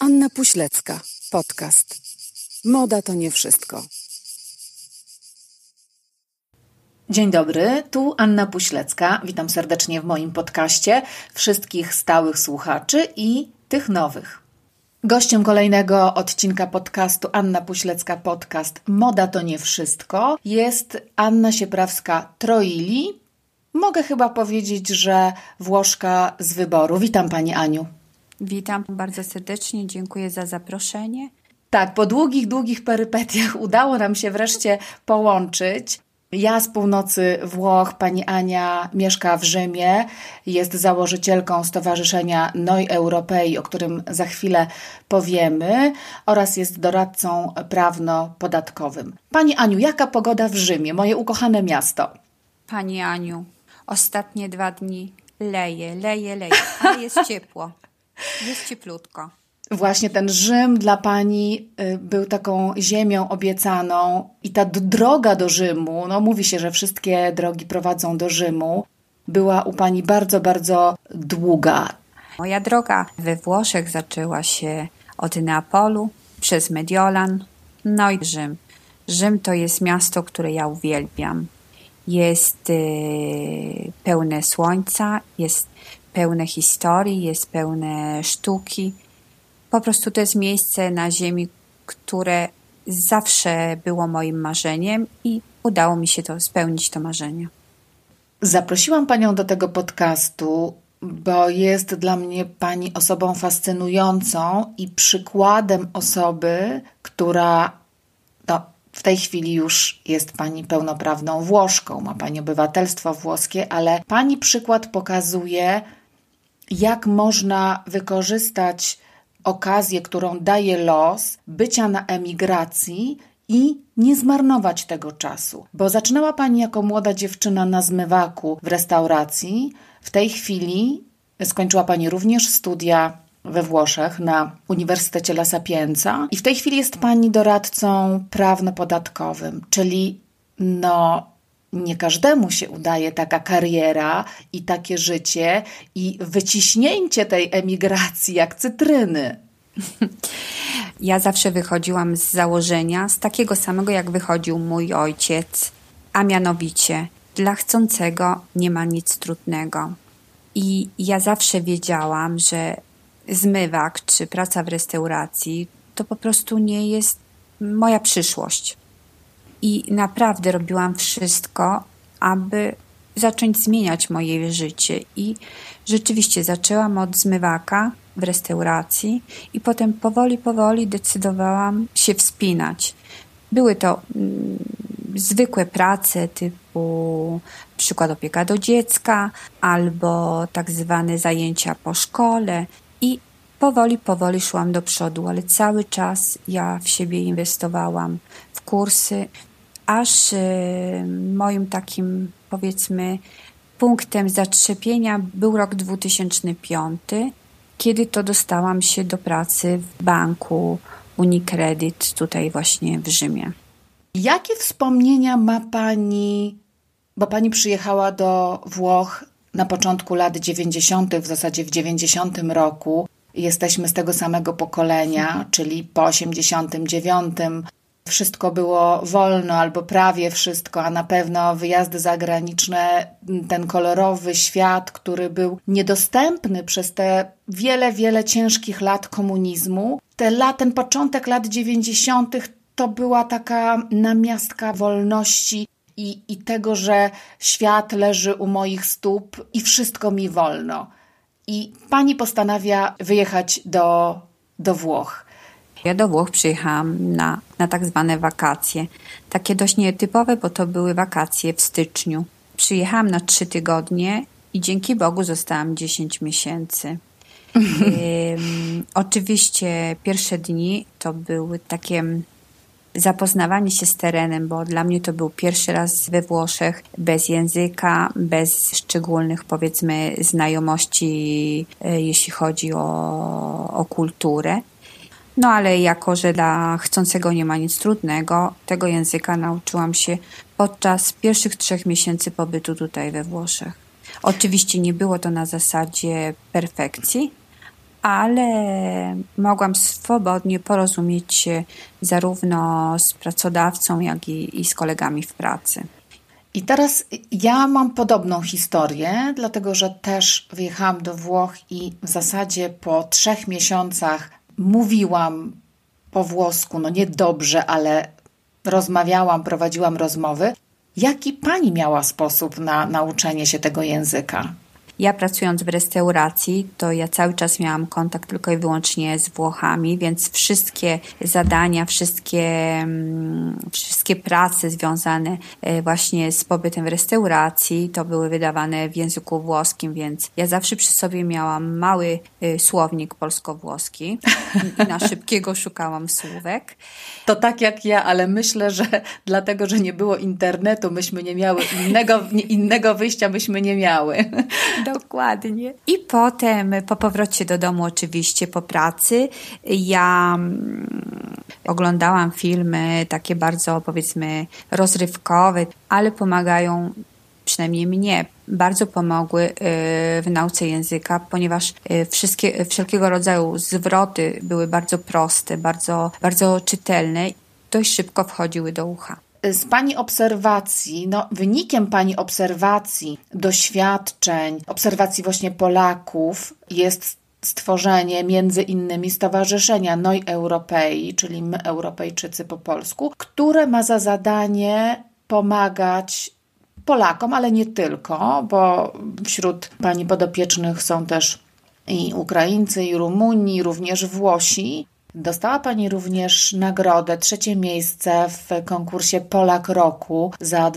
Anna Puślecka, podcast. Moda to nie wszystko. Dzień dobry, tu Anna Puślecka. Witam serdecznie w moim podcaście wszystkich stałych słuchaczy i tych nowych. Gościem kolejnego odcinka podcastu Anna Puślecka Podcast Moda to nie wszystko jest Anna Sieprawska-Troili. Mogę chyba powiedzieć, że Włoszka z wyboru. Witam Pani Aniu. Witam bardzo serdecznie, dziękuję za zaproszenie. Tak, po długich perypetiach udało nam się wreszcie połączyć. Ja z północy Włoch, pani Ania mieszka w Rzymie, jest założycielką Stowarzyszenia Noi Europei, o którym za chwilę powiemy, oraz jest doradcą prawno-podatkowym. Pani Aniu, jaka pogoda w Rzymie, moje ukochane miasto? Pani Aniu, ostatnie 2 dni leje, ale jest ciepło, jest cieplutko. Właśnie ten Rzym dla Pani był taką ziemią obiecaną i ta droga do Rzymu, no mówi się, że wszystkie drogi prowadzą do Rzymu, była u Pani bardzo, bardzo długa. Moja droga we Włoszech zaczęła się od Neapolu, przez Mediolan, no i Rzym. Rzym to jest miasto, które ja uwielbiam. Jest pełne słońca, jest pełne historii, jest pełne sztuki. Po prostu to jest miejsce na ziemi, które zawsze było moim marzeniem i udało mi się spełnić to marzenie. Zaprosiłam Panią do tego podcastu, bo jest dla mnie Pani osobą fascynującą i przykładem osoby, która w tej chwili już jest Pani pełnoprawną Włoszką, ma Pani obywatelstwo włoskie, ale Pani przykład pokazuje, jak można wykorzystać okazję, którą daje los bycia na emigracji i nie zmarnować tego czasu. Bo zaczynała Pani jako młoda dziewczyna na zmywaku w restauracji. W tej chwili skończyła Pani również studia we Włoszech na Uniwersytecie La Sapienza i w tej chwili jest Pani doradcą prawno-podatkowym, czyli nie każdemu się udaje taka kariera i takie życie i wyciśnięcie tej emigracji jak cytryny. Ja zawsze wychodziłam z założenia, z takiego samego jak wychodził mój ojciec, a mianowicie dla chcącego nie ma nic trudnego. I ja zawsze wiedziałam, że zmywak czy praca w restauracji to po prostu nie jest moja przyszłość. I naprawdę robiłam wszystko, aby zacząć zmieniać moje życie. I rzeczywiście zaczęłam od zmywaka w restauracji i potem powoli decydowałam się wspinać. Były to zwykłe prace typu przykład opieka do dziecka albo tak zwane zajęcia po szkole i powoli szłam do przodu, ale cały czas ja w siebie inwestowałam w kursy, aż moim takim, powiedzmy, punktem zatrzepienia był rok 2005, kiedy to dostałam się do pracy w banku Unicredit tutaj właśnie w Rzymie. Jakie wspomnienia ma Pani, bo Pani przyjechała do Włoch na początku lat 90., w zasadzie w 90 roku. Jesteśmy z tego samego pokolenia, czyli po 89. Wszystko było wolno albo prawie wszystko, a na pewno wyjazdy zagraniczne, ten kolorowy świat, który był niedostępny przez te wiele ciężkich lat komunizmu. Ten początek lat 90. to była taka namiastka wolności i tego, że świat leży u moich stóp i wszystko mi wolno. I Pani postanawia wyjechać do Włoch. Ja do Włoch przyjechałam na tak zwane wakacje. Takie dość nietypowe, bo to były wakacje w styczniu. Przyjechałam na 3 tygodnie i dzięki Bogu zostałam 10 miesięcy. Oczywiście pierwsze dni to były takie zapoznawanie się z terenem, bo dla mnie to był pierwszy raz we Włoszech bez języka, bez szczególnych, powiedzmy, znajomości, jeśli chodzi o kulturę. No ale jako, że dla chcącego nie ma nic trudnego, tego języka nauczyłam się podczas pierwszych 3 miesięcy pobytu tutaj we Włoszech. Oczywiście nie było to na zasadzie perfekcji, ale mogłam swobodnie porozumieć się zarówno z pracodawcą, jak i z kolegami w pracy. I teraz ja mam podobną historię, dlatego że też wyjechałam do Włoch i w zasadzie po 3 miesiącach mówiłam po włosku, no nie dobrze, ale rozmawiałam, prowadziłam rozmowy. Jaki pani miała sposób na nauczenie się tego języka? Ja pracując w restauracji, to ja cały czas miałam kontakt tylko i wyłącznie z Włochami, więc wszystkie zadania, wszystkie prace związane właśnie z pobytem w restauracji, to były wydawane w języku włoskim, więc ja zawsze przy sobie miałam mały słownik polsko-włoski i na szybkiego szukałam słówek. To tak jak ja, ale myślę, że dlatego, że nie było internetu, myśmy nie miały innego wyjścia, myśmy nie miały. Dokładnie. I potem po powrocie do domu, oczywiście po pracy, ja oglądałam filmy takie bardzo, powiedzmy, rozrywkowe, ale pomagają, przynajmniej mnie, bardzo pomogły w nauce języka, ponieważ wszelkiego rodzaju zwroty były bardzo proste, bardzo, bardzo czytelne, dość szybko wchodziły do ucha. Z pani obserwacji, wynikiem pani obserwacji, doświadczeń, obserwacji właśnie Polaków jest stworzenie między innymi Stowarzyszenia Noi Europei, czyli My Europejczycy po polsku, które ma za zadanie pomagać Polakom, ale nie tylko, bo wśród pani podopiecznych są też i Ukraińcy, i Rumuni, również Włosi. Dostała pani również nagrodę, 3. miejsce w konkursie Polak Roku za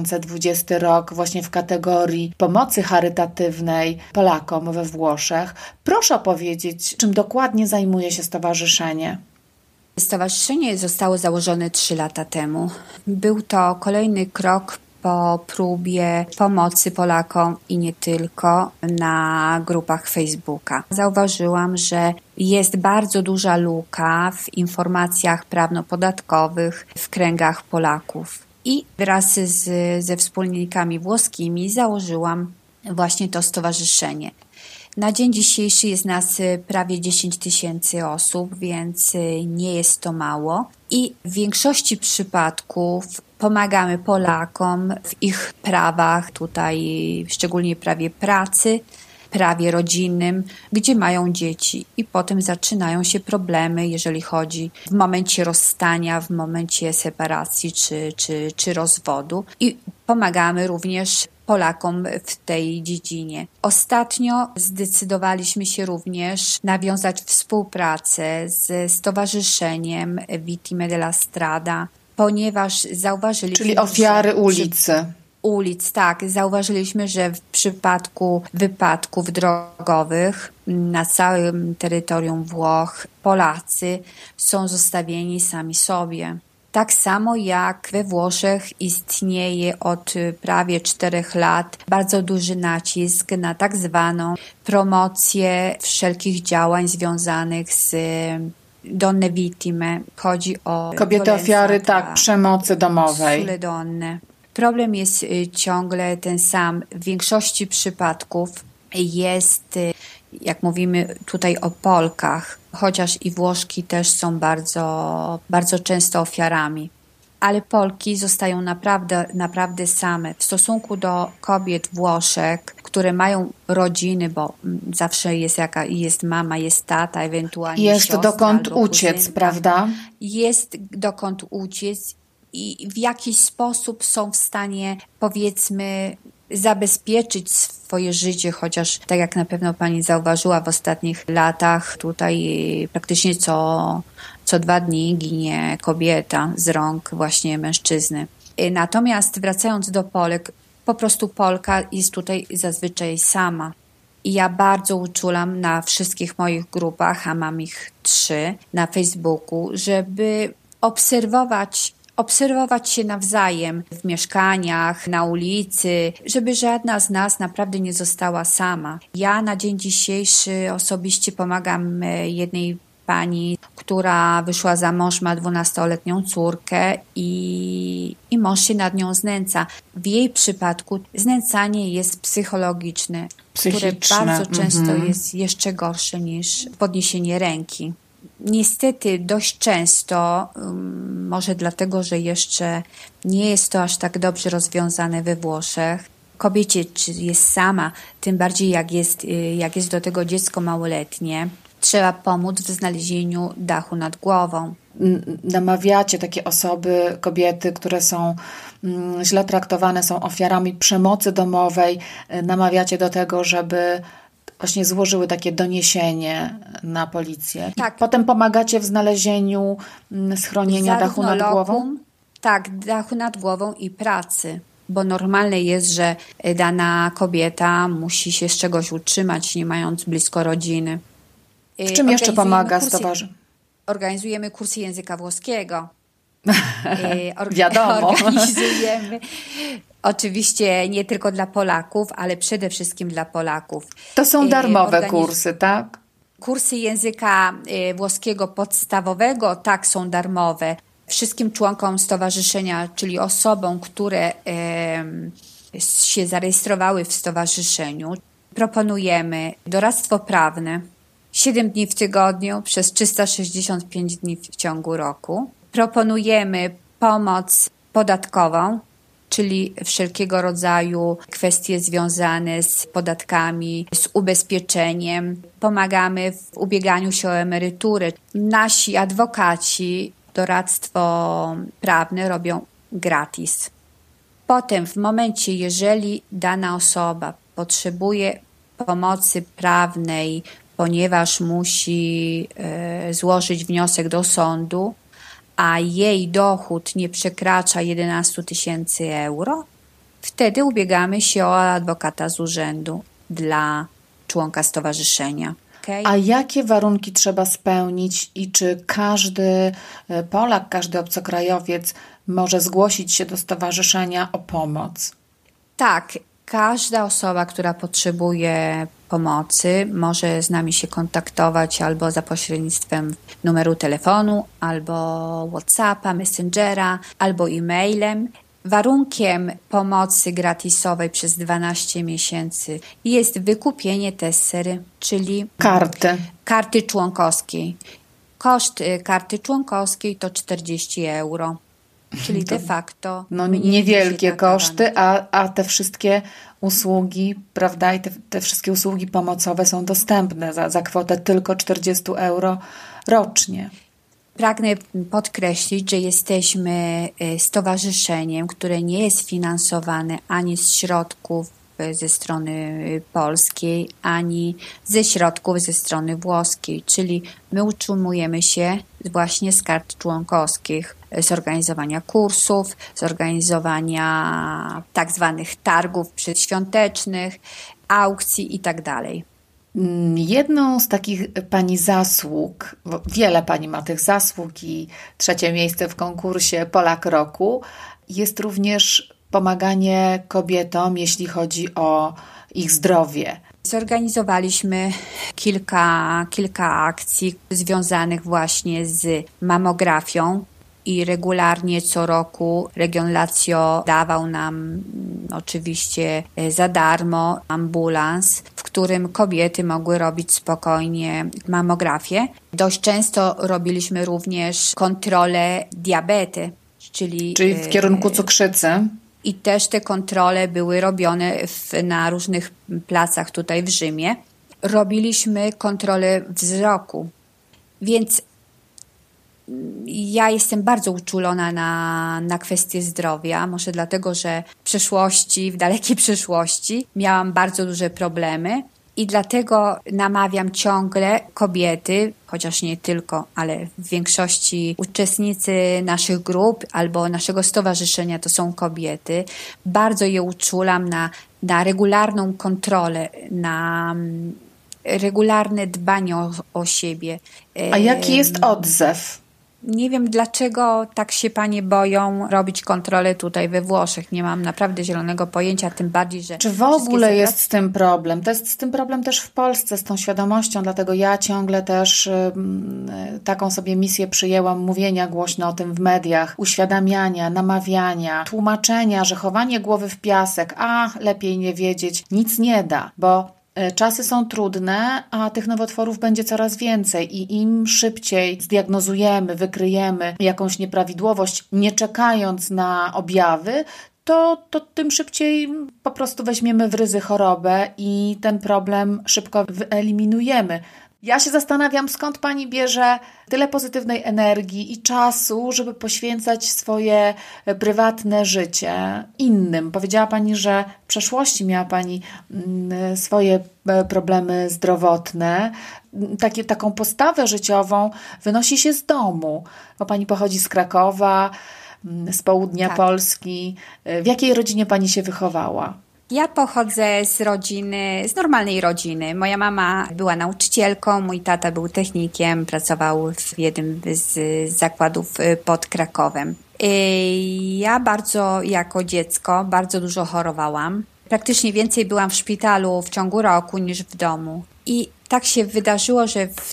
2020 rok właśnie w kategorii pomocy charytatywnej Polakom we Włoszech. Proszę opowiedzieć, czym dokładnie zajmuje się stowarzyszenie. Stowarzyszenie zostało założone 3 lata temu. Był to kolejny krok po próbie pomocy Polakom i nie tylko na grupach Facebooka. Zauważyłam, że jest bardzo duża luka w informacjach prawno-podatkowych w kręgach Polaków. I wraz ze wspólnikami włoskimi założyłam właśnie to stowarzyszenie. Na dzień dzisiejszy jest nas prawie 10 000 osób, więc nie jest to mało. I w większości przypadków pomagamy Polakom w ich prawach, tutaj szczególnie prawie pracy, prawie rodzinnym, gdzie mają dzieci. I potem zaczynają się problemy, jeżeli chodzi w momencie rozstania, w momencie separacji czy rozwodu. I pomagamy również Polakom w tej dziedzinie. Ostatnio zdecydowaliśmy się również nawiązać współpracę z Stowarzyszeniem Vittime della Strada, ponieważ zauważyliśmy... Czyli ofiary ulicy. Ulic, tak. Zauważyliśmy, że w przypadku wypadków drogowych na całym terytorium Włoch Polacy są zostawieni sami sobie. Tak samo jak we Włoszech istnieje od prawie 4 lat bardzo duży nacisk na tak zwaną promocję wszelkich działań związanych z donne vittime. Chodzi o kobiety ofiary przemocy domowej. Sulle donne. Problem jest ciągle ten sam. W większości przypadków jest, jak mówimy tutaj o Polkach, chociaż i Włoszki też są bardzo, bardzo często ofiarami. Ale Polki zostają naprawdę same. W stosunku do kobiet Włoszek, które mają rodziny, bo zawsze jest mama, jest tata, ewentualnie jest siostra dokąd albo uciec, kuzynka. prawda? Jest dokąd uciec i w jakiś sposób są w stanie, powiedzmy, zabezpieczyć swoje życie, chociaż tak jak na pewno pani zauważyła w ostatnich latach, tutaj praktycznie co 2 dni ginie kobieta z rąk właśnie mężczyzny. Natomiast wracając do Polek, po prostu Polka jest tutaj zazwyczaj sama. I ja bardzo uczulam na wszystkich moich grupach, a mam ich 3 na Facebooku, żeby obserwować się nawzajem w mieszkaniach, na ulicy, żeby żadna z nas naprawdę nie została sama. Ja na dzień dzisiejszy osobiście pomagam jednej pani, która wyszła za mąż, ma 12-letnią córkę i mąż się nad nią znęca. W jej przypadku znęcanie jest psychologiczne. Psychiczne. które bardzo często jest jeszcze gorsze niż podniesienie ręki. Niestety dość często, może dlatego, że jeszcze nie jest to aż tak dobrze rozwiązane we Włoszech, kobiecie, czy jest sama, tym bardziej jak jest do tego dziecko małoletnie, trzeba pomóc w znalezieniu dachu nad głową. Namawiacie takie osoby, kobiety, które są źle traktowane, są ofiarami przemocy domowej, namawiacie do tego, żeby właśnie złożyły takie doniesienie na policję. Tak. Potem pomagacie w znalezieniu schronienia, dachu nad głową? Tak, dachu nad głową i pracy. Bo normalne jest, że dana kobieta musi się z czegoś utrzymać, nie mając blisko rodziny. W czym jeszcze pomaga stowarzyszenie? Organizujemy kursy języka włoskiego. Wiadomo. Organizujemy oczywiście nie tylko dla Polaków, ale przede wszystkim dla Polaków. To są darmowe kursy, tak? Kursy języka włoskiego podstawowego, tak, są darmowe. Wszystkim członkom stowarzyszenia, czyli osobom, które się zarejestrowały w stowarzyszeniu, proponujemy doradztwo prawne 7 dni w tygodniu przez 365 dni w ciągu roku. Proponujemy pomoc podatkową, czyli wszelkiego rodzaju kwestie związane z podatkami, z ubezpieczeniem. Pomagamy w ubieganiu się o emeryturę. Nasi adwokaci doradztwo prawne robią gratis. Potem w momencie, jeżeli dana osoba potrzebuje pomocy prawnej, ponieważ musi złożyć wniosek do sądu, a jej dochód nie przekracza 11 000 euro, wtedy ubiegamy się o adwokata z urzędu dla członka stowarzyszenia. Okay? A jakie warunki trzeba spełnić i czy każdy Polak, każdy obcokrajowiec może zgłosić się do stowarzyszenia o pomoc? Tak, każda osoba, która potrzebuje pomocy, może z nami się kontaktować albo za pośrednictwem numeru telefonu, albo WhatsAppa, Messengera, albo e-mailem. Warunkiem pomocy gratisowej przez 12 miesięcy jest wykupienie tessery, czyli karty członkowskiej. Koszt karty członkowskiej to 40 euro. Czyli de facto niewielkie koszty, a te wszystkie usługi, prawda, i te wszystkie usługi pomocowe są dostępne za kwotę tylko 40 euro rocznie. Pragnę podkreślić, że jesteśmy stowarzyszeniem, które nie jest finansowane ani z środków ze strony polskiej, ani ze środków ze strony włoskiej, czyli my utrzymujemy się właśnie z kart członkowskich, z organizowania kursów, z organizowania tak zwanych targów przedświątecznych, aukcji itd. Jedną z takich Pani zasług, bo wiele Pani ma tych zasług i 3. miejsce w konkursie Polak Roku, jest również pomaganie kobietom, jeśli chodzi o ich zdrowie. Zorganizowaliśmy kilka akcji związanych właśnie z mamografią i regularnie co roku Region Lazio dawał nam oczywiście za darmo ambulans, w którym kobiety mogły robić spokojnie mamografię. Dość często robiliśmy również kontrolę diabetes, czyli w kierunku cukrzycy. I też te kontrole były robione na różnych placach tutaj w Rzymie. Robiliśmy kontrolę wzroku, więc ja jestem bardzo uczulona na kwestię zdrowia, może dlatego, że w dalekiej przeszłości miałam bardzo duże problemy i dlatego namawiam ciągle kobiety, chociaż nie tylko, ale w większości uczestnicy naszych grup albo naszego stowarzyszenia to są kobiety. Bardzo je uczulam na regularną kontrolę, na regularne dbanie o siebie. A jaki jest odzew? Nie wiem, dlaczego tak się panie boją robić kontrolę tutaj we Włoszech. Nie mam naprawdę zielonego pojęcia, tym bardziej, że... Czy w ogóle jest z tym problem? To jest z tym problem też w Polsce, z tą świadomością, dlatego ja ciągle też taką sobie misję przyjęłam mówienia głośno o tym w mediach, uświadamiania, namawiania, tłumaczenia, że chowanie głowy w piasek, lepiej nie wiedzieć, nic nie da, bo Czasy są trudne, a tych nowotworów będzie coraz więcej i im szybciej zdiagnozujemy, wykryjemy jakąś nieprawidłowość, nie czekając na objawy, to tym szybciej po prostu weźmiemy w ryzy chorobę i ten problem szybko wyeliminujemy. Ja się zastanawiam, skąd Pani bierze tyle pozytywnej energii i czasu, żeby poświęcać swoje prywatne życie innym. Powiedziała Pani, że w przeszłości miała Pani swoje problemy zdrowotne. Taką postawę życiową wynosi się z domu, bo Pani pochodzi z Krakowa, z południa Polski. W jakiej rodzinie Pani się wychowała? Ja pochodzę z normalnej rodziny. Moja mama była nauczycielką, mój tata był technikiem, pracował w jednym z zakładów pod Krakowem. Ja jako dziecko bardzo dużo chorowałam. Praktycznie więcej byłam w szpitalu w ciągu roku niż w domu. I tak się wydarzyło, że w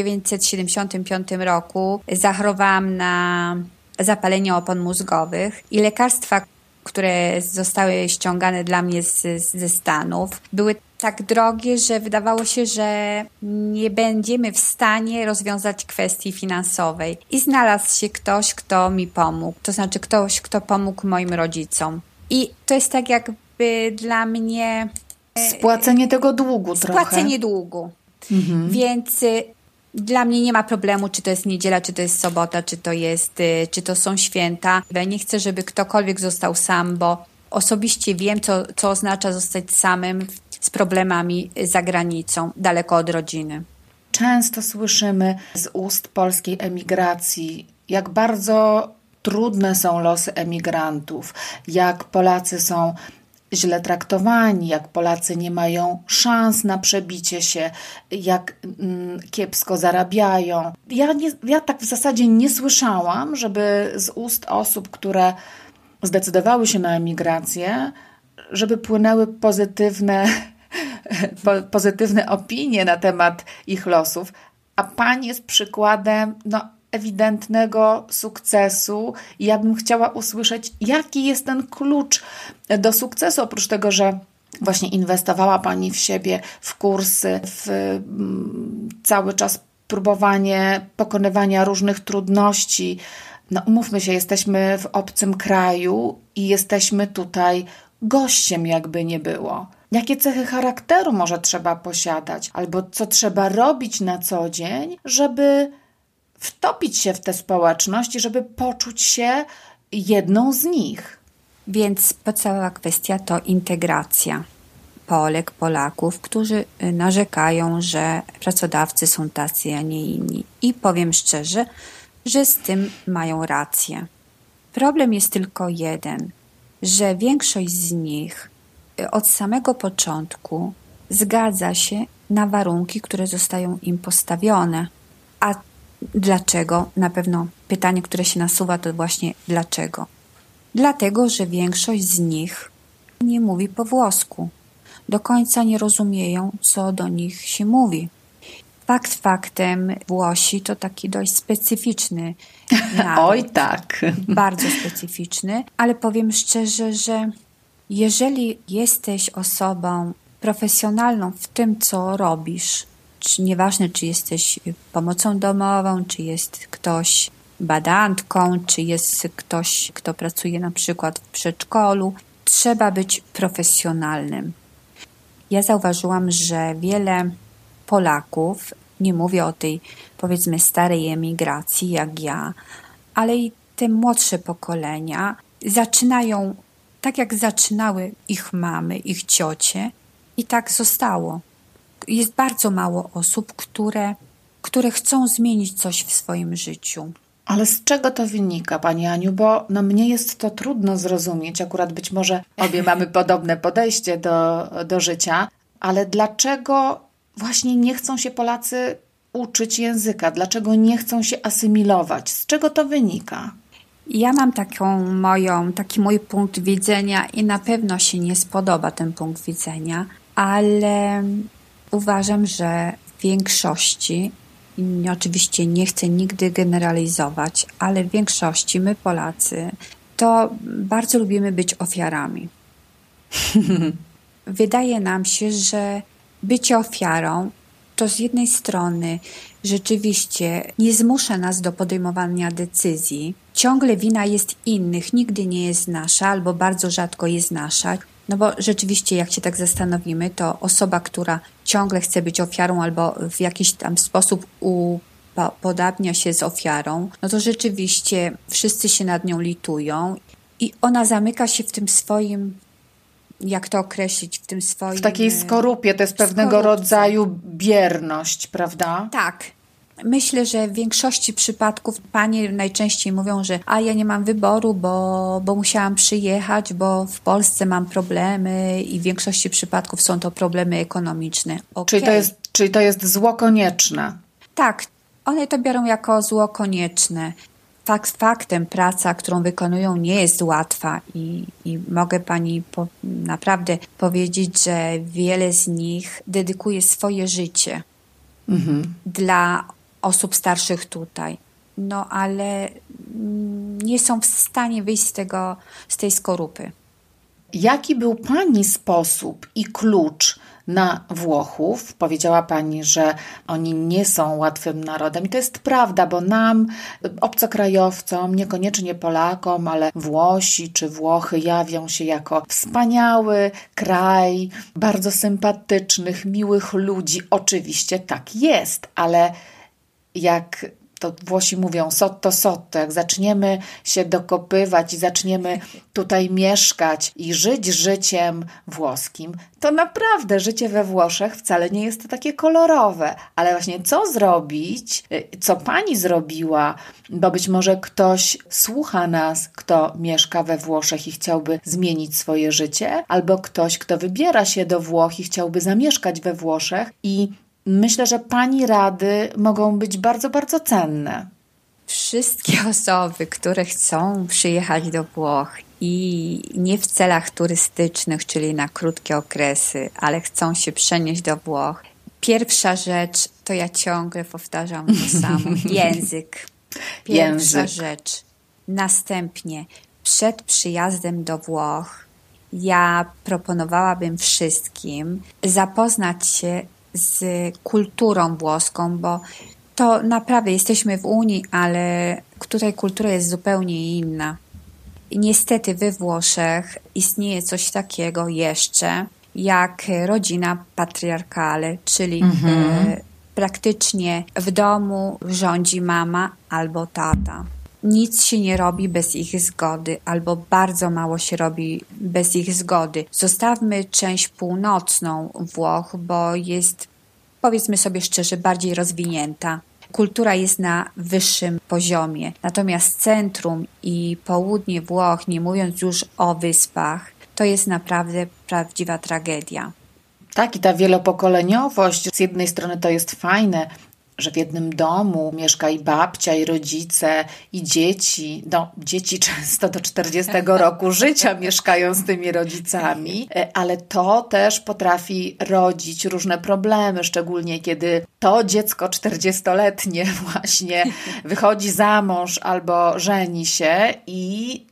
1975 roku zachorowałam na zapalenie opon mózgowych i lekarstwa, które zostały ściągane dla mnie ze Stanów, były tak drogie, że wydawało się, że nie będziemy w stanie rozwiązać kwestii finansowej. I znalazł się ktoś, kto mi pomógł. To znaczy ktoś, kto pomógł moim rodzicom. I to jest tak jakby dla mnie... Spłacenie tego długu trochę. Spłacenie długu. Mhm. Więc... Dla mnie nie ma problemu, czy to jest niedziela, czy to jest sobota, czy to są święta. Ja nie chcę, żeby ktokolwiek został sam, bo osobiście wiem, co oznacza zostać samym z problemami za granicą, daleko od rodziny. Często słyszymy z ust polskiej emigracji, jak bardzo trudne są losy emigrantów, jak Polacy są źle traktowani, jak Polacy nie mają szans na przebicie się, jak kiepsko zarabiają. Ja tak w zasadzie nie słyszałam, żeby z ust osób, które zdecydowały się na emigrację, żeby płynęły pozytywne opinie na temat ich losów, a Pani jest przykładem ewidentnego sukcesu i ja bym chciała usłyszeć, jaki jest ten klucz do sukcesu, oprócz tego, że właśnie inwestowała Pani w siebie, w kursy, w cały czas próbowanie pokonywania różnych trudności. Umówmy się, jesteśmy w obcym kraju i jesteśmy tutaj gościem, jakby nie było. Jakie cechy charakteru może trzeba posiadać, albo co trzeba robić na co dzień, żeby wtopić się w tę społeczność i żeby poczuć się jedną z nich. Więc podstawowa kwestia to integracja Polek, Polaków, którzy narzekają, że pracodawcy są tacy, a nie inni. I powiem szczerze, że z tym mają rację. Problem jest tylko jeden, że większość z nich od samego początku zgadza się na warunki, które zostają im postawione. A dlaczego? Na pewno pytanie, które się nasuwa, to właśnie dlaczego? Dlatego, że większość z nich nie mówi po włosku. Do końca nie rozumieją, co do nich się mówi. Fakt faktem, Włosi to taki dość specyficzny naród. Oj tak. Bardzo specyficzny, ale powiem szczerze, że jeżeli jesteś osobą profesjonalną w tym, co robisz, nieważne, czy jesteś pomocą domową, czy jest ktoś badantką, czy jest ktoś, kto pracuje na przykład w przedszkolu, trzeba być profesjonalnym. Ja zauważyłam, że wiele Polaków, nie mówię o tej powiedzmy starej emigracji jak ja, ale i te młodsze pokolenia zaczynają tak, jak zaczynały ich mamy, ich ciocie i tak zostało. Jest bardzo mało osób, które chcą zmienić coś w swoim życiu. Ale z czego to wynika, Pani Aniu? Bo mnie jest to trudno zrozumieć. Akurat być może obie mamy podobne podejście do życia. Ale dlaczego właśnie nie chcą się Polacy uczyć języka? Dlaczego nie chcą się asymilować? Z czego to wynika? Ja mam taki mój punkt widzenia i na pewno się nie spodoba ten punkt widzenia, ale uważam, że w większości, i oczywiście nie chcę nigdy generalizować, ale w większości my Polacy to bardzo lubimy być ofiarami. Wydaje nam się, że bycie ofiarą to z jednej strony rzeczywiście nie zmusza nas do podejmowania decyzji. Ciągle wina jest innych, nigdy nie jest nasza albo bardzo rzadko jest nasza. No bo rzeczywiście, jak się tak zastanowimy, to osoba, która ciągle chce być ofiarą albo w jakiś tam sposób upodabnia się z ofiarą, no to rzeczywiście wszyscy się nad nią litują i ona zamyka się w tym swoim, jak to określić, w tym swoim... W takiej skorupie, to jest pewnego rodzaju bierność, prawda? Tak. Myślę, że w większości przypadków panie najczęściej mówią, że ja nie mam wyboru, bo musiałam przyjechać, bo w Polsce mam problemy i w większości przypadków są to problemy ekonomiczne. Okay. Czyli to jest zło konieczne. Tak, one to biorą jako zło konieczne. Faktem praca, którą wykonują, nie jest łatwa i mogę pani naprawdę powiedzieć, że wiele z nich dedykuje swoje życie dla osób starszych tutaj. No ale nie są w stanie wyjść z tej skorupy. Jaki był pani sposób i klucz na Włochów? Powiedziała pani, że oni nie są łatwym narodem i to jest prawda, bo nam, obcokrajowcom, niekoniecznie Polakom, ale Włosi czy Włochy jawią się jako wspaniały kraj, bardzo sympatycznych, miłych ludzi. Oczywiście tak jest, ale jak to Włosi mówią sotto, jak zaczniemy się dokopywać i zaczniemy tutaj mieszkać i żyć życiem włoskim, to naprawdę życie we Włoszech wcale nie jest takie kolorowe. Ale właśnie co zrobić, co pani zrobiła, bo być może ktoś słucha nas, kto mieszka we Włoszech i chciałby zmienić swoje życie, albo ktoś, kto wybiera się do Włoch i chciałby zamieszkać we Włoszech i myślę, że pani rady mogą być bardzo, bardzo cenne. Wszystkie osoby, które chcą przyjechać do Włoch i nie w celach turystycznych, czyli na krótkie okresy, ale chcą się przenieść do Włoch. Pierwsza rzecz, to ja ciągle powtarzam to samo, język. Pierwsza rzecz. Następnie, przed przyjazdem do Włoch, ja proponowałabym wszystkim zapoznać się z kulturą włoską, bo to naprawdę jesteśmy w Unii, ale tutaj kultura jest zupełnie inna. I niestety we Włoszech istnieje coś takiego jeszcze jak rodzina patriarchale, czyli praktycznie w domu rządzi mama albo tata. Nic się nie robi bez ich zgody, albo bardzo mało się robi bez ich zgody. Zostawmy część północną Włoch, bo jest, powiedzmy sobie szczerze, bardziej rozwinięta. Kultura jest na wyższym poziomie. Natomiast centrum i południe Włoch, nie mówiąc już o wyspach, to jest naprawdę prawdziwa tragedia. Tak, i ta wielopokoleniowość, z jednej strony to jest fajne, że w jednym domu mieszka i babcia, i rodzice, i dzieci. No, dzieci często do 40 roku życia mieszkają z tymi rodzicami, ale to też potrafi rodzić różne problemy, szczególnie kiedy to dziecko 40-letnie właśnie wychodzi za mąż albo żeni się i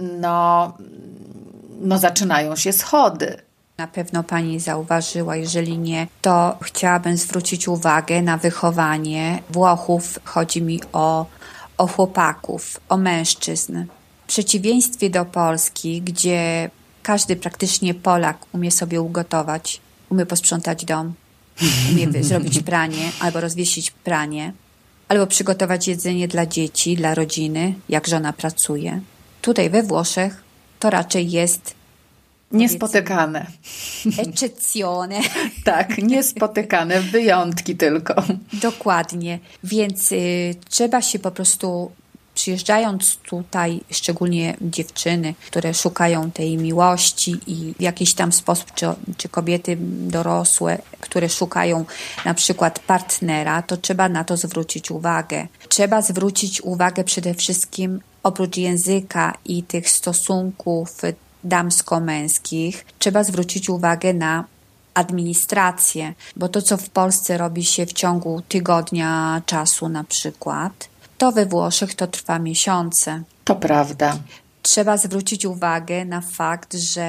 no zaczynają się schody. Na pewno pani zauważyła, jeżeli nie, to chciałabym zwrócić uwagę na wychowanie Włochów. Chodzi mi o chłopaków, o mężczyzn. W przeciwieństwie do Polski, gdzie każdy praktycznie Polak umie sobie ugotować, umie posprzątać dom, umie zrobić pranie albo rozwiesić pranie, albo przygotować jedzenie dla dzieci, dla rodziny, jak żona pracuje. Tutaj we Włoszech to raczej jest niespotykane. Eccezione. Tak, niespotykane, wyjątki tylko. Dokładnie, więc trzeba się po prostu, przyjeżdżając tutaj, szczególnie dziewczyny, które szukają tej miłości i w jakiś tam sposób, czy kobiety dorosłe, które szukają na przykład partnera, to trzeba na to zwrócić uwagę. Trzeba zwrócić uwagę przede wszystkim, oprócz języka i tych stosunków damsko-męskich, trzeba zwrócić uwagę na administrację, bo to, co w Polsce robi się w ciągu tygodnia czasu na przykład, to we Włoszech to trwa miesiące. To prawda. Trzeba zwrócić uwagę na fakt, że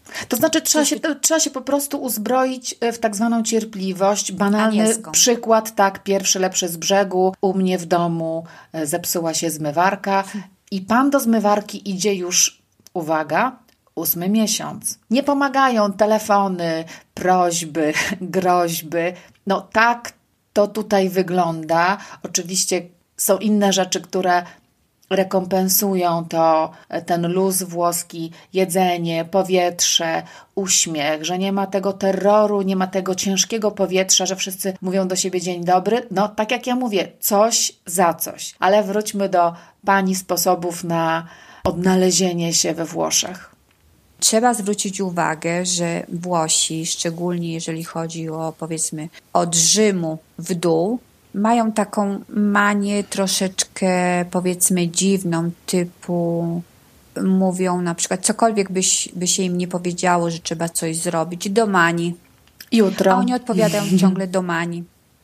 To znaczy trzeba się po prostu uzbroić w tak zwaną cierpliwość. Banalny Anielską. przykład, tak, pierwszy lepszy z brzegu. U mnie w domu zepsuła się zmywarka i pan do zmywarki idzie już, uwaga, 8 miesiąc. Nie pomagają telefony, prośby, groźby. No tak to tutaj wygląda. Oczywiście są inne rzeczy, które rekompensują to, ten luz włoski, jedzenie, powietrze, uśmiech, że nie ma tego terroru, nie ma tego ciężkiego powietrza, że wszyscy mówią do siebie dzień dobry. No tak jak ja mówię, coś za coś. Ale wróćmy do pani sposobów na odnalezienie się we Włoszech. Trzeba zwrócić uwagę, że Włosi, szczególnie jeżeli chodzi o, powiedzmy, od Rzymu w dół, mają taką manię troszeczkę, powiedzmy, dziwną, typu mówią na przykład, cokolwiek by się im nie powiedziało, że trzeba coś zrobić, domani. Jutro. A oni odpowiadają ciągle domani.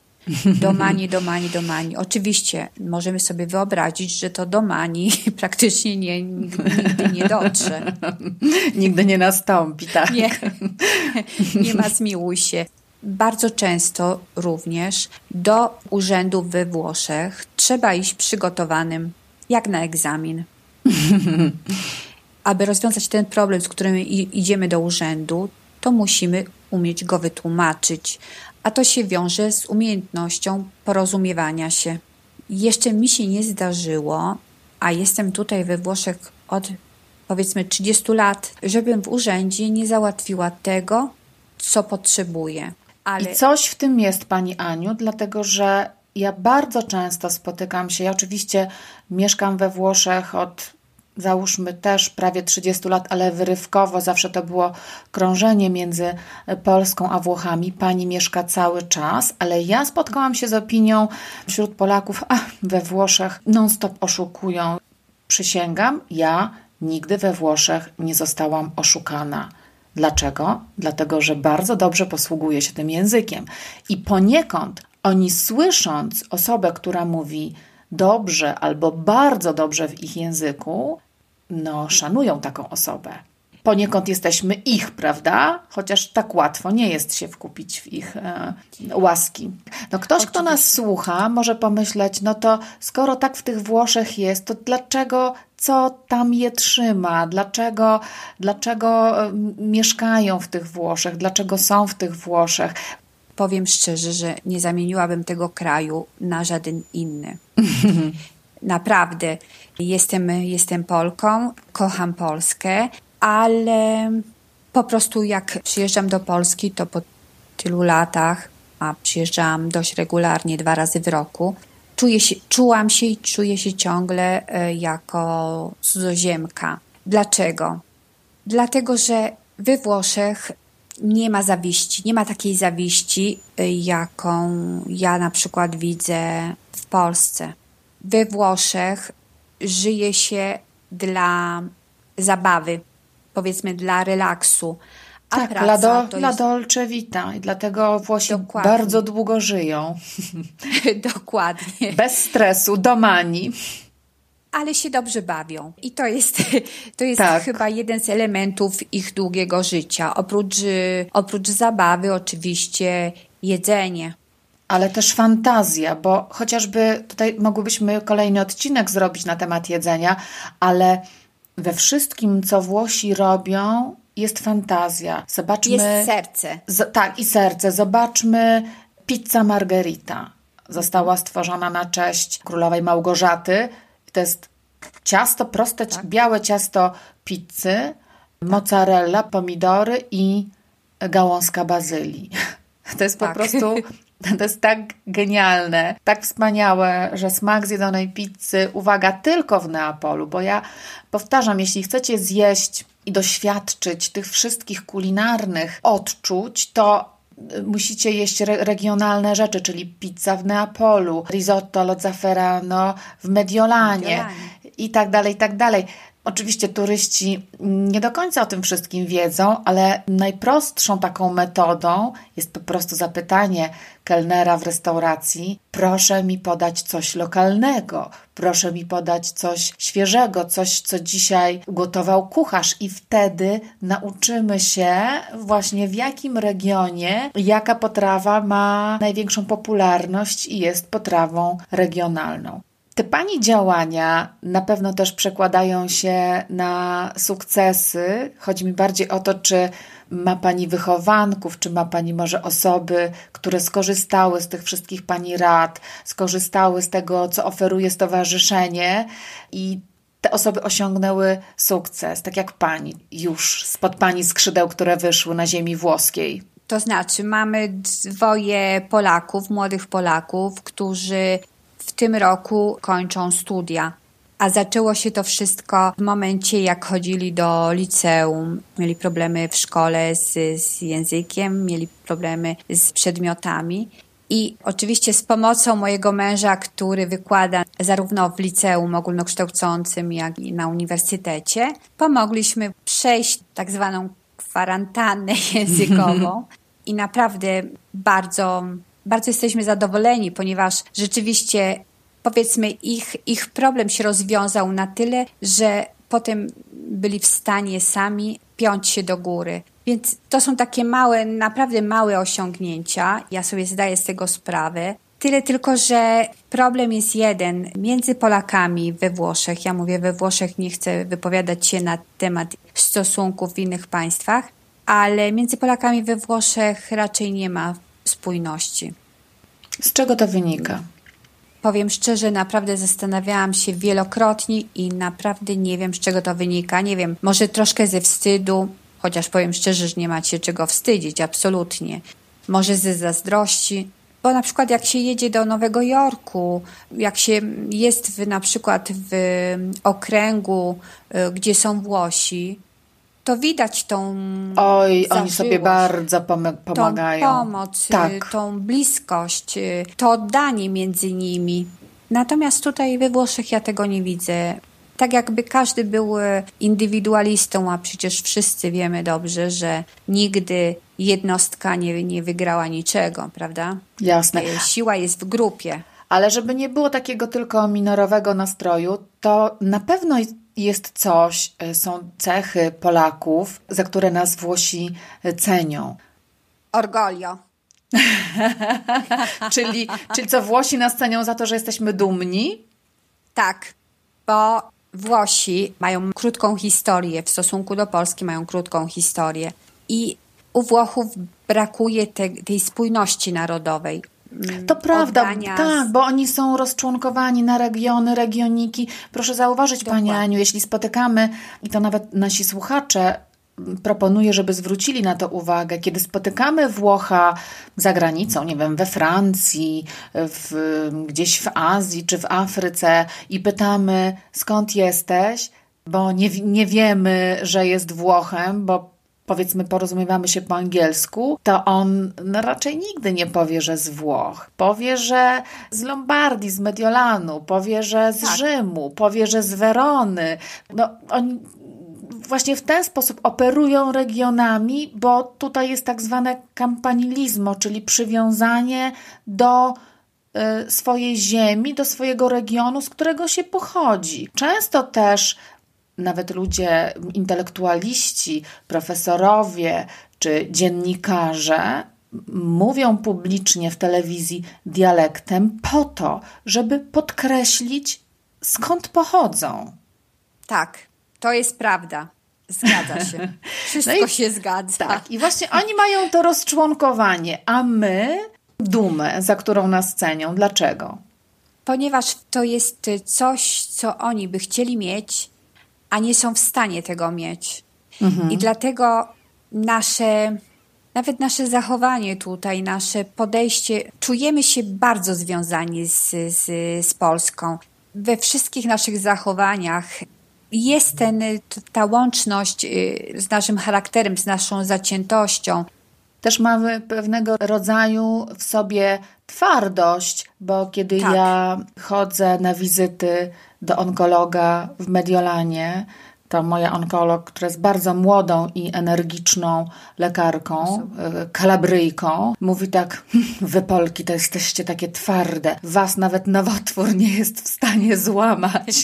Domani. Oczywiście możemy sobie wyobrazić, że to domani praktycznie nigdy nie dotrze. Nigdy nie nastąpi, tak. Nie ma zmiłuj się. Bardzo często również do urzędu we Włoszech trzeba iść przygotowanym jak na egzamin. Aby rozwiązać ten problem, z którym idziemy do urzędu, to musimy umieć go wytłumaczyć. A to się wiąże z umiejętnością porozumiewania się. Jeszcze mi się nie zdarzyło, a jestem tutaj we Włoszech od powiedzmy 30 lat, żebym w urzędzie nie załatwiła tego, co potrzebuję. Ale... I coś w tym jest, Pani Aniu, dlatego że ja bardzo często spotykam się, ja oczywiście mieszkam we Włoszech od, załóżmy, też prawie 30 lat, ale wyrywkowo zawsze to było krążenie między Polską a Włochami. Pani mieszka cały czas, ale ja spotkałam się z opinią wśród Polaków, we Włoszech non-stop oszukują. Przysięgam, ja nigdy we Włoszech nie zostałam oszukana. Dlaczego? Dlatego, że bardzo dobrze posługuję się tym językiem. I poniekąd oni, słysząc osobę, która mówi dobrze albo bardzo dobrze w ich języku, no szanują taką osobę. Poniekąd jesteśmy ich, prawda? Chociaż tak łatwo nie jest się wkupić w ich łaski. No ktoś, kto nas słucha, może pomyśleć, no to skoro tak w tych Włoszech jest, to dlaczego, co tam je trzyma? Dlaczego mieszkają w tych Włoszech? Dlaczego są w tych Włoszech? Powiem szczerze, że nie zamieniłabym tego kraju na żaden inny. Naprawdę. Jestem Polką, kocham Polskę, ale po prostu jak przyjeżdżam do Polski, to po tylu latach, a przyjeżdżam dość regularnie 2 razy w roku, czułam się i czuję się ciągle jako cudzoziemka. Dlaczego? Dlatego, że we Włoszech nie ma zawiści, nie ma takiej zawiści, jaką ja na przykład widzę w Polsce. We Włoszech żyje się dla zabawy, powiedzmy dla relaksu. A tak, praca to la jest... dolce vita i dlatego Włosi Dokładnie. bardzo długo żyją. Dokładnie. Bez stresu, domani. Ale się dobrze bawią. I to jest tak. chyba jeden z elementów ich długiego życia. Oprócz zabawy oczywiście jedzenie. Ale też fantazja, bo chociażby tutaj mogłybyśmy kolejny odcinek zrobić na temat jedzenia, ale we wszystkim, co Włosi robią, jest fantazja. Zobaczmy... Jest serce. Tak, i serce. Zobaczmy pizza margherita. Została stworzona na cześć królowej Małgorzaty. To jest ciasto, proste, tak. Białe ciasto pizzy, mozzarella, pomidory i gałązka bazylii. To jest po prostu... To jest tak genialne, tak wspaniałe, że smak zjedzonej pizzy, uwaga, tylko w Neapolu, bo ja powtarzam, jeśli chcecie zjeść i doświadczyć tych wszystkich kulinarnych odczuć, to musicie jeść regionalne rzeczy, czyli pizza w Neapolu, risotto allo zafferano w Mediolanie i tak dalej, i tak dalej. Oczywiście turyści nie do końca o tym wszystkim wiedzą, ale najprostszą taką metodą jest po prostu zapytanie kelnera w restauracji: proszę mi podać coś lokalnego, proszę mi podać coś świeżego, coś, co dzisiaj ugotował kucharz, i wtedy nauczymy się właśnie, w jakim regionie jaka potrawa ma największą popularność i jest potrawą regionalną. Te Pani działania na pewno też przekładają się na sukcesy. Chodzi mi bardziej o to, czy ma Pani wychowanków, czy ma Pani może osoby, które skorzystały z tych wszystkich Pani rad, skorzystały z tego, co oferuje stowarzyszenie, i te osoby osiągnęły sukces, tak jak Pani, już spod Pani skrzydeł, które wyszły na ziemi włoskiej. To znaczy, mamy dwoje Polaków, młodych Polaków, którzy w tym roku kończą studia. A zaczęło się to wszystko w momencie, jak chodzili do liceum. Mieli problemy w szkole z językiem, mieli problemy z przedmiotami. I oczywiście z pomocą mojego męża, który wykłada zarówno w liceum ogólnokształcącym, jak i na uniwersytecie, pomogliśmy przejść tak zwaną kwarantannę językową. I naprawdę bardzo jesteśmy zadowoleni, ponieważ rzeczywiście, powiedzmy, ich problem się rozwiązał na tyle, że potem byli w stanie sami piąć się do góry. Więc to są takie małe, naprawdę małe osiągnięcia. Ja sobie zdaję z tego sprawę. Tyle tylko, że problem jest jeden między Polakami we Włoszech. Ja mówię we Włoszech, nie chcę wypowiadać się na temat stosunków w innych państwach, ale między Polakami we Włoszech raczej nie ma spójności. Z czego to wynika? Powiem szczerze, naprawdę zastanawiałam się wielokrotnie i naprawdę nie wiem, z czego to wynika. Nie wiem, może troszkę ze wstydu, chociaż powiem szczerze, że nie macie czego wstydzić, absolutnie. Może ze zazdrości, bo na przykład jak się jedzie do Nowego Jorku, jak się jest na przykład w okręgu, gdzie są Włosi, to widać tą Oj, zażyłość, oni sobie bardzo pomagają. Tą pomoc, tak. Tą bliskość, to oddanie między nimi. Natomiast tutaj we Włoszech ja tego nie widzę. Tak jakby każdy był indywidualistą, a przecież wszyscy wiemy dobrze, że nigdy jednostka nie wygrała niczego, prawda? Jasne. Siła jest w grupie. Ale żeby nie było takiego tylko minorowego nastroju, to na pewno jest coś, są cechy Polaków, za które nas Włosi cenią. Orgoglio. Czyli co, Włosi nas cenią za to, że jesteśmy dumni? Tak, bo Włosi mają krótką historię, w stosunku do Polski mają krótką historię i u Włochów brakuje tej spójności narodowej. To prawda, tak, bo oni są rozczłonkowani na regiony, regioniki. Proszę zauważyć, Pani Aniu, jeśli spotykamy, i to nawet nasi słuchacze, proponuję, żeby zwrócili na to uwagę, kiedy spotykamy Włocha za granicą, nie wiem, we Francji, gdzieś w Azji czy w Afryce, i pytamy, skąd jesteś, bo nie wiemy, że jest Włochem, bo powiedzmy porozumiewamy się po angielsku, to on raczej nigdy nie powie, że z Włoch. Powie, że z Lombardii, z Mediolanu, powie, że z Rzymu, powie, że z Werony. No, oni właśnie w ten sposób operują regionami, bo tutaj jest tak zwane campanilizmo, czyli przywiązanie do swojej ziemi, do swojego regionu, z którego się pochodzi. Często też nawet ludzie, intelektualiści, profesorowie czy dziennikarze mówią publicznie w telewizji dialektem po to, żeby podkreślić, skąd pochodzą. Tak, to jest prawda. Zgadza się. Wszystko się zgadza. Tak, i właśnie oni mają to rozczłonkowanie, a my dumę, za którą nas cenią. Dlaczego? Ponieważ to jest coś, co oni by chcieli mieć, a nie są w stanie tego mieć. I dlatego nawet nasze zachowanie tutaj, nasze podejście, czujemy się bardzo związani z Polską. We wszystkich naszych zachowaniach jest ta łączność z naszym charakterem, z naszą zaciętością. Też mamy pewnego rodzaju w sobie twardość, bo kiedy ja chodzę na wizyty do onkologa w Mediolanie, to moja onkolog, która jest bardzo młodą i energiczną lekarką, kalabryjką, mówi tak: wy Polki to jesteście takie twarde, was nawet nowotwór nie jest w stanie złamać.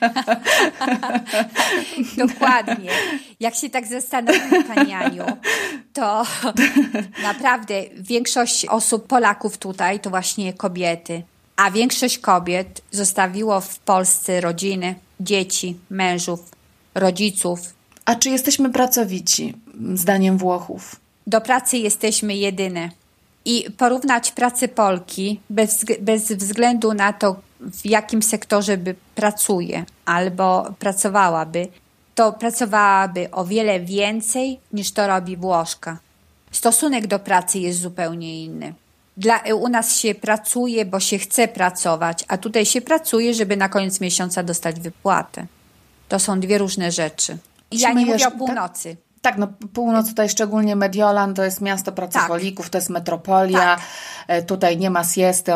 Dokładnie. Jak się tak zastanowimy, Pani Aniu, to naprawdę większość osób, Polaków tutaj, to właśnie kobiety. A większość kobiet zostawiło w Polsce rodziny, dzieci, mężów, rodziców. A czy jesteśmy pracowici, zdaniem Włochów? Do pracy jesteśmy jedyne. I porównać pracę Polki bez względu na to, w jakim sektorze by pracuje albo pracowałaby, to pracowałaby o wiele więcej niż to robi Włoszka. Stosunek do pracy jest zupełnie inny. U nas się pracuje, bo się chce pracować, a tutaj się pracuje, żeby na koniec miesiąca dostać wypłatę. To są dwie różne rzeczy. I ja nie mówię o północy. Tak, no północ tutaj szczególnie Mediolan to jest miasto pracocholików, to jest metropolia. Tak. Tutaj nie ma siesty,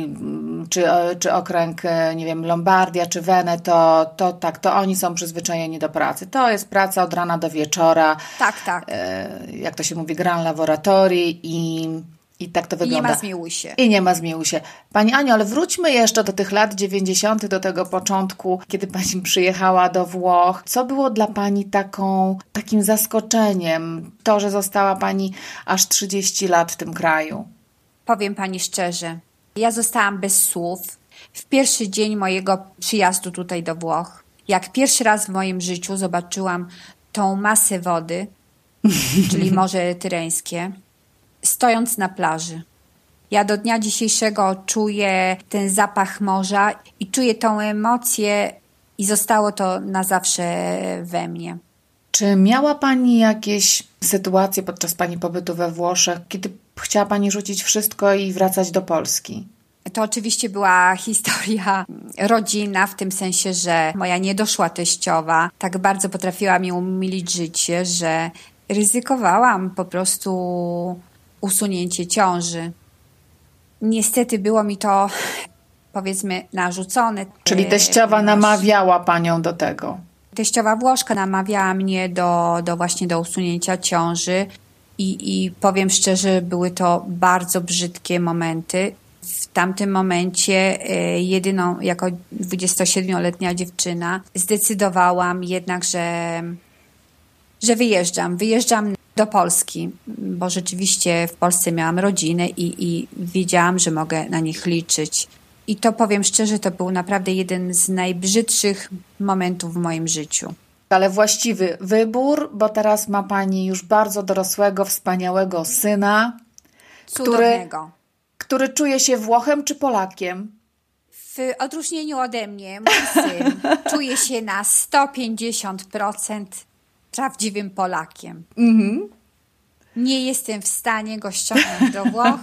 czy okręg, nie wiem, Lombardia, czy Veneto, to oni są przyzwyczajeni do pracy. To jest praca od rana do wieczora. Tak. Jak to się mówi, gran laboratorii i tak to wygląda. I nie ma zmiłuj się. I nie ma zmiłuj się. Pani Aniu, ale wróćmy jeszcze do tych lat 90., do tego początku, kiedy Pani przyjechała do Włoch. Co było dla Pani takim zaskoczeniem? To, że została Pani aż 30 lat w tym kraju. Powiem Pani szczerze, ja zostałam bez słów w pierwszy dzień mojego przyjazdu tutaj do Włoch. Jak pierwszy raz w moim życiu zobaczyłam tą masę wody, czyli Morze Tyreńskie, stojąc na plaży. Ja do dnia dzisiejszego czuję ten zapach morza i czuję tą emocję i zostało to na zawsze we mnie. Czy miała Pani jakieś sytuacje podczas Pani pobytu we Włoszech, kiedy chciała Pani rzucić wszystko i wracać do Polski? To oczywiście była historia rodzinna, w tym sensie, że moja niedoszła teściowa tak bardzo potrafiła mi umilić życie, że ryzykowałam po prostu usunięcie ciąży. Niestety było mi to, powiedzmy, narzucone. Czyli teściowa namawiała Panią do tego? Teściowa Włoszka namawiała mnie właśnie do usunięcia ciąży i powiem szczerze, były to bardzo brzydkie momenty. W tamtym momencie jedyną, jako 27-letnia dziewczyna, zdecydowałam jednak, że wyjeżdżam do Polski, bo rzeczywiście w Polsce miałam rodzinę i wiedziałam, że mogę na nich liczyć. I to, powiem szczerze, to był naprawdę jeden z najbrzydszych momentów w moim życiu. Ale właściwy wybór, bo teraz ma Pani już bardzo dorosłego, wspaniałego syna, cudownego, który czuje się Włochem czy Polakiem? W odróżnieniu ode mnie, mój syn czuje się na 150% prawdziwym Polakiem. Mhm. Nie jestem w stanie go ściągnąć do Włoch.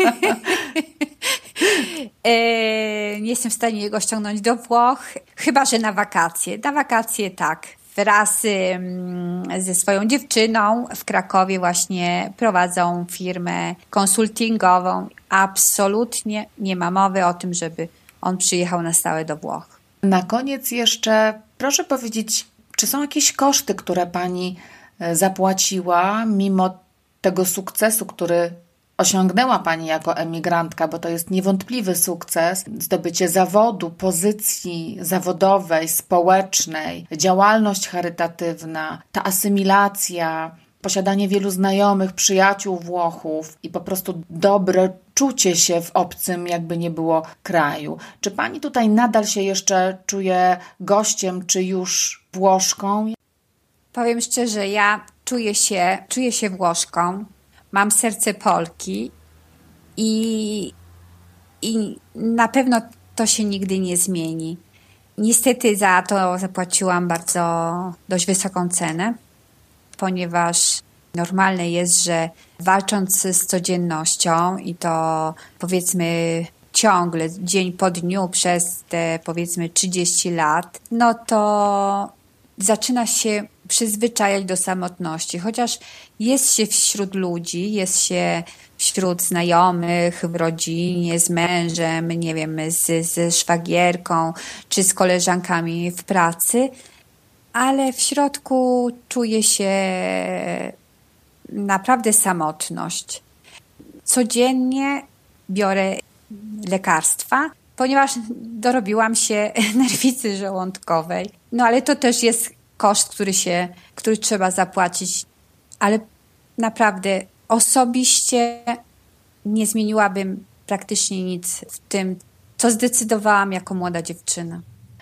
Nie jestem w stanie go ściągnąć do Włoch, chyba że na wakacje. Na wakacje tak. Wraz ze swoją dziewczyną w Krakowie właśnie prowadzą firmę konsultingową. Absolutnie nie ma mowy o tym, żeby on przyjechał na stałe do Włoch. Na koniec jeszcze proszę powiedzieć, czy są jakieś koszty, które Pani zapłaciła mimo tego sukcesu, który osiągnęła Pani jako emigrantka, bo to jest niewątpliwy sukces, zdobycie zawodu, pozycji zawodowej, społecznej, działalność charytatywna, ta asymilacja, posiadanie wielu znajomych, przyjaciół Włochów i po prostu dobre czucie się w obcym, jakby nie było, kraju. Czy Pani tutaj nadal się jeszcze czuje gościem, czy już Włoszką? Powiem szczerze, ja czuję się Włoszką. Mam serce Polki i na pewno to się nigdy nie zmieni. Niestety za to zapłaciłam dość wysoką cenę, ponieważ normalne jest, że walcząc z codziennością i to powiedzmy ciągle, dzień po dniu przez te powiedzmy 30 lat, no to zaczyna się przyzwyczajać do samotności. Chociaż jest się wśród ludzi, jest się wśród znajomych, w rodzinie, z mężem, nie wiem, ze szwagierką, czy z koleżankami w pracy, ale w środku czuję się naprawdę samotność. Codziennie biorę lekarstwa, ponieważ dorobiłam się nerwicy żołądkowej. No ale to też jest koszt, który trzeba zapłacić. Ale naprawdę osobiście nie zmieniłabym praktycznie nic w tym, co zdecydowałam jako młoda dziewczyna.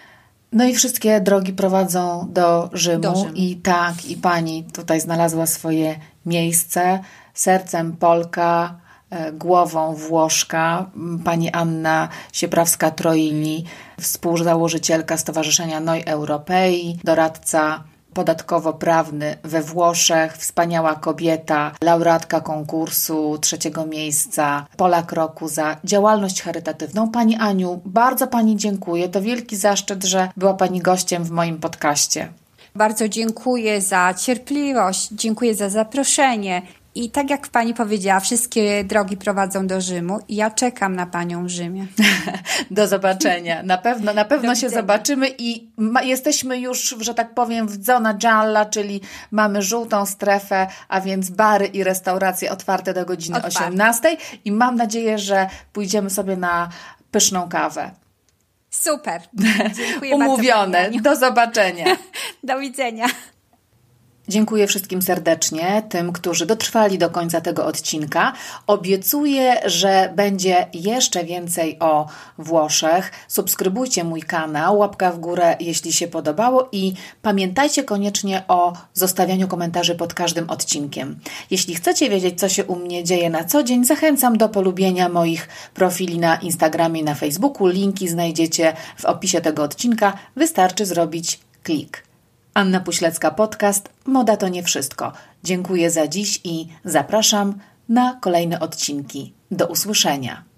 No i wszystkie drogi prowadzą do Rzymu. I tak, i pani tutaj znalazła swoje miejsce. Sercem Polka, głową Włoszka. Pani Anna Sieprawska-Troili, współzałożycielka Stowarzyszenia Noi Europei, doradca podatkowo-prawny we Włoszech, wspaniała kobieta, laureatka konkursu 3. miejsca, Polak Roku za działalność charytatywną. Pani Aniu, bardzo Pani dziękuję. To wielki zaszczyt, że była Pani gościem w moim podcaście. Bardzo dziękuję za cierpliwość, dziękuję za zaproszenie. I tak jak Pani powiedziała, wszystkie drogi prowadzą do Rzymu i ja czekam na Panią w Rzymie. Do zobaczenia. Na pewno się zobaczymy i jesteśmy już, że tak powiem, w zona gialla, czyli mamy żółtą strefę, a więc bary i restauracje otwarte do godziny 18 i mam nadzieję, że pójdziemy sobie na pyszną kawę. Super. Dziękuję Umówione. Bardzo, do zobaczenia. Do widzenia. Dziękuję wszystkim serdecznie, tym, którzy dotrwali do końca tego odcinka. Obiecuję, że będzie jeszcze więcej o Włoszech. Subskrybujcie mój kanał, łapka w górę, jeśli się podobało i pamiętajcie koniecznie o zostawianiu komentarzy pod każdym odcinkiem. Jeśli chcecie wiedzieć, co się u mnie dzieje na co dzień, zachęcam do polubienia moich profili na Instagramie i na Facebooku. Linki znajdziecie w opisie tego odcinka. Wystarczy zrobić klik. Anna Puślecka Podcast. Moda to nie wszystko. Dziękuję za dziś i zapraszam na kolejne odcinki. Do usłyszenia.